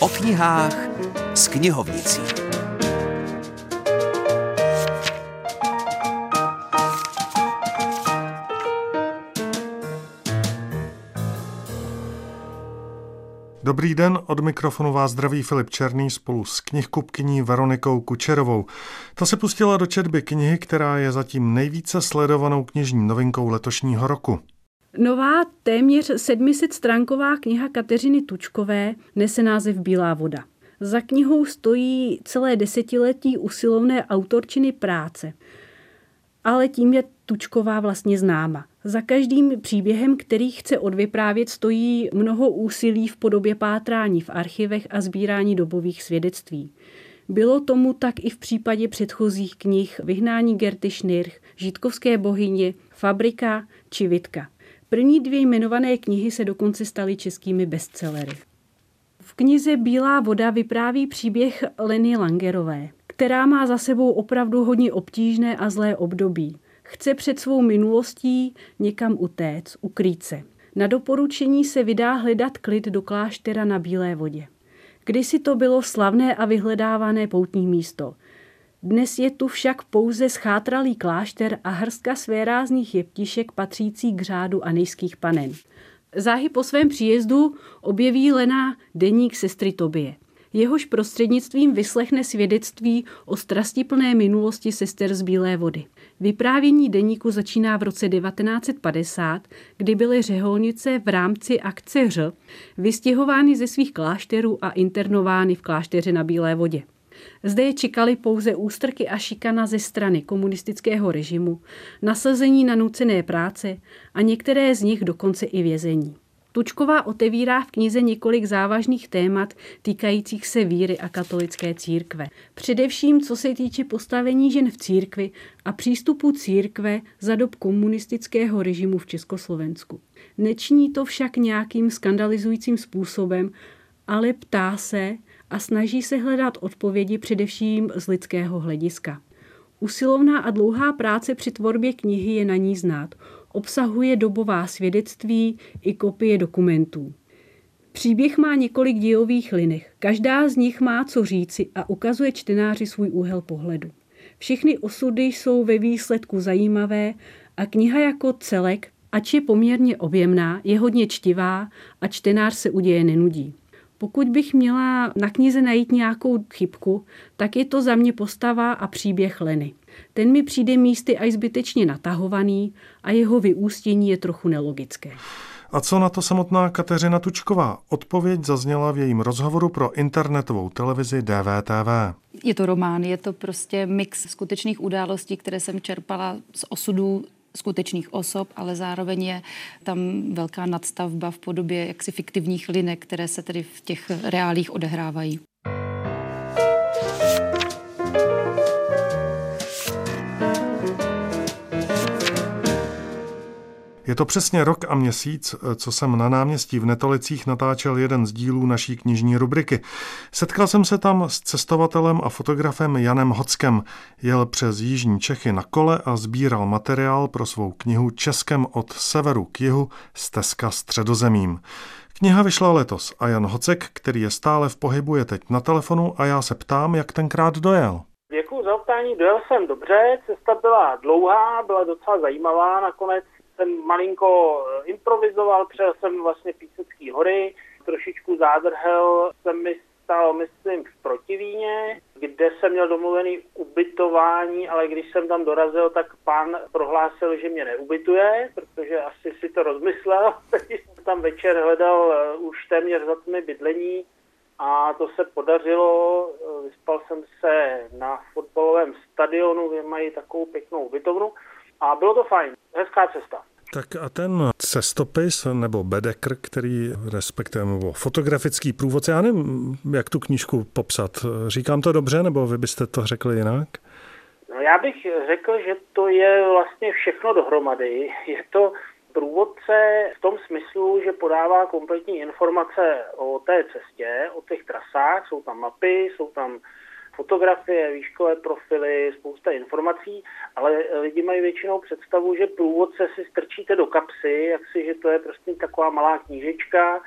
O knihách s knihovnicí. Dobrý den, od mikrofonu vás zdraví Filip Černý spolu s knihkupkyní Veronikou Kučerovou. Ta se pustila do četby knihy, která je zatím nejvíce sledovanou knižní novinkou letošního roku. Nová téměř 700stránková kniha Kateřiny Tučkové nese název Bílá voda. Za knihou stojí celé desetiletí usilovné autorčiny práce. Ale tím je Tučková vlastně známa. Za každým příběhem, který chce odvyprávět, stojí mnoho úsilí v podobě pátrání v archivech a sbírání dobových svědectví. Bylo tomu tak i v případě předchozích knih Vyhnání Gerty Schnirch, Žítkovské bohyně, Fabrika či Vitka. První dvě jmenované knihy se dokonce staly českými bestsellery. V knize Bílá voda vypráví příběh Leny Langerové, která má za sebou opravdu hodně obtížné a zlé období. Chce před svou minulostí někam utéct, ukrýt se. Na doporučení se vydá hledat klid do kláštera na Bílé vodě. Kdysi to bylo slavné a vyhledávané poutní místo. Dnes je tu však pouze schátralý klášter a hrstka svérázných jeptišek patřící k řádu anejských panen. Záhy po svém příjezdu objeví Lena deník sestry Tobie. Jehož prostřednictvím vyslechne svědectví o strastiplné minulosti sester z Bílé vody. Vyprávění deníku začíná v roce 1950, kdy byly řeholnice v rámci akce Ř vystěhovány ze svých klášterů a internovány v klášteře na Bílé vodě. Zde je čekaly pouze ústrky a šikana ze strany komunistického režimu, nasazení na nucené práce a některé z nich dokonce i vězení. Tučková otevírá v knize několik závažných témat týkajících se víry a katolické církve. Především co se týče postavení žen v církvi a přístupu církve za dob komunistického režimu v Československu. Nečiní to však nějakým skandalizujícím způsobem, ale ptá se a snaží se hledat odpovědi především z lidského hlediska. Usilovná a dlouhá práce při tvorbě knihy je na ní znát. Obsahuje dobová svědectví i kopie dokumentů. Příběh má několik dějových linek. Každá z nich má co říci a ukazuje čtenáři svůj úhel pohledu. Všechny osudy jsou ve výsledku zajímavé a kniha jako celek, ač je poměrně objemná, je hodně čtivá a čtenář se u děje nenudí. Pokud bych měla na knize najít nějakou chybku, tak je to za mě postava a příběh Leny. Ten mi přijde místy až zbytečně natahovaný a jeho vyústění je trochu nelogické. A co na to samotná Kateřina Tučková? Odpověď zazněla v jejím rozhovoru pro internetovou televizi DVTV. Je to román, je to prostě mix skutečných událostí, které jsem čerpala z osudů skutečných osob, ale zároveň je tam velká nadstavba v podobě jaksi fiktivních linek, které se tedy v těch reálích odehrávají. Je to přesně rok a měsíc, co jsem na náměstí v Netolicích natáčel jeden z dílů naší knižní rubriky. Setkal jsem se tam s cestovatelem a fotografem Janem Hockem. Jel přes jižní Čechy na kole a sbíral materiál pro svou knihu Českem od severu k jihu, stezka středozemím. Kniha vyšla letos a Jan Hocek, který je stále v pohybu, je teď na telefonu a já se ptám, jak tenkrát dojel. Děkuji za optání, dojel jsem dobře, cesta byla dlouhá, byla docela zajímavá, nakonec jsem malinko improvizoval, přijel jsem vlastně Písecký hory, trošičku zádrhel jsem mi stál, myslím, v Protivíně, kde jsem měl domluvený ubytování, ale když jsem tam dorazil, tak pán prohlásil, že mě neubytuje, protože asi si to rozmyslel. Tam večer hledal už téměř za tmy bydlení a to se podařilo. Vyspal jsem se na fotbalovém stadionu, kde mají takovou pěknou ubytovnu. A bylo to fajn, hezká cesta. Tak a ten cestopis nebo bedekr, který respektive fotografický průvodce, já nevím, jak tu knížku popsat. Říkám to dobře, nebo vy byste to řekli jinak? No, já bych řekl, že to je vlastně všechno dohromady. Je to průvodce v tom smyslu, že podává kompletní informace o té cestě, o těch trasách, jsou tam mapy, jsou tam fotografie, výškové profily, spousta informací, ale lidi mají většinou představu, že průvodce si strčíte do kapsy, že to je prostě taková malá knížečka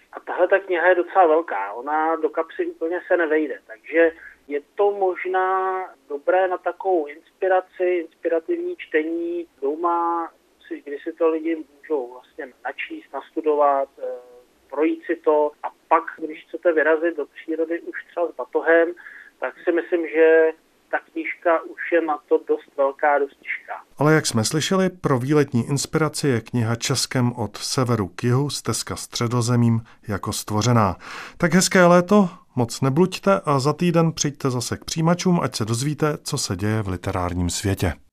A tahle ta kniha je docela velká, ona do kapsy úplně se nevejde, takže je to možná dobré na takovou inspirativní čtení doma, kdy si to lidi můžou vlastně načíst, nastudovat, projít si to a pak, když chcete vyrazit do přírody už třeba s batohem, tak si myslím, že ta knížka už je na to dost velká, dost těžká. Ale jak jsme slyšeli, pro výletní inspiraci je kniha Českem od severu k jihu, stezka Středozemím jako stvořená. Tak hezké léto, moc nebluďte a za týden přijďte zase k přijímačům, ať se dozvíte, co se děje v literárním světě.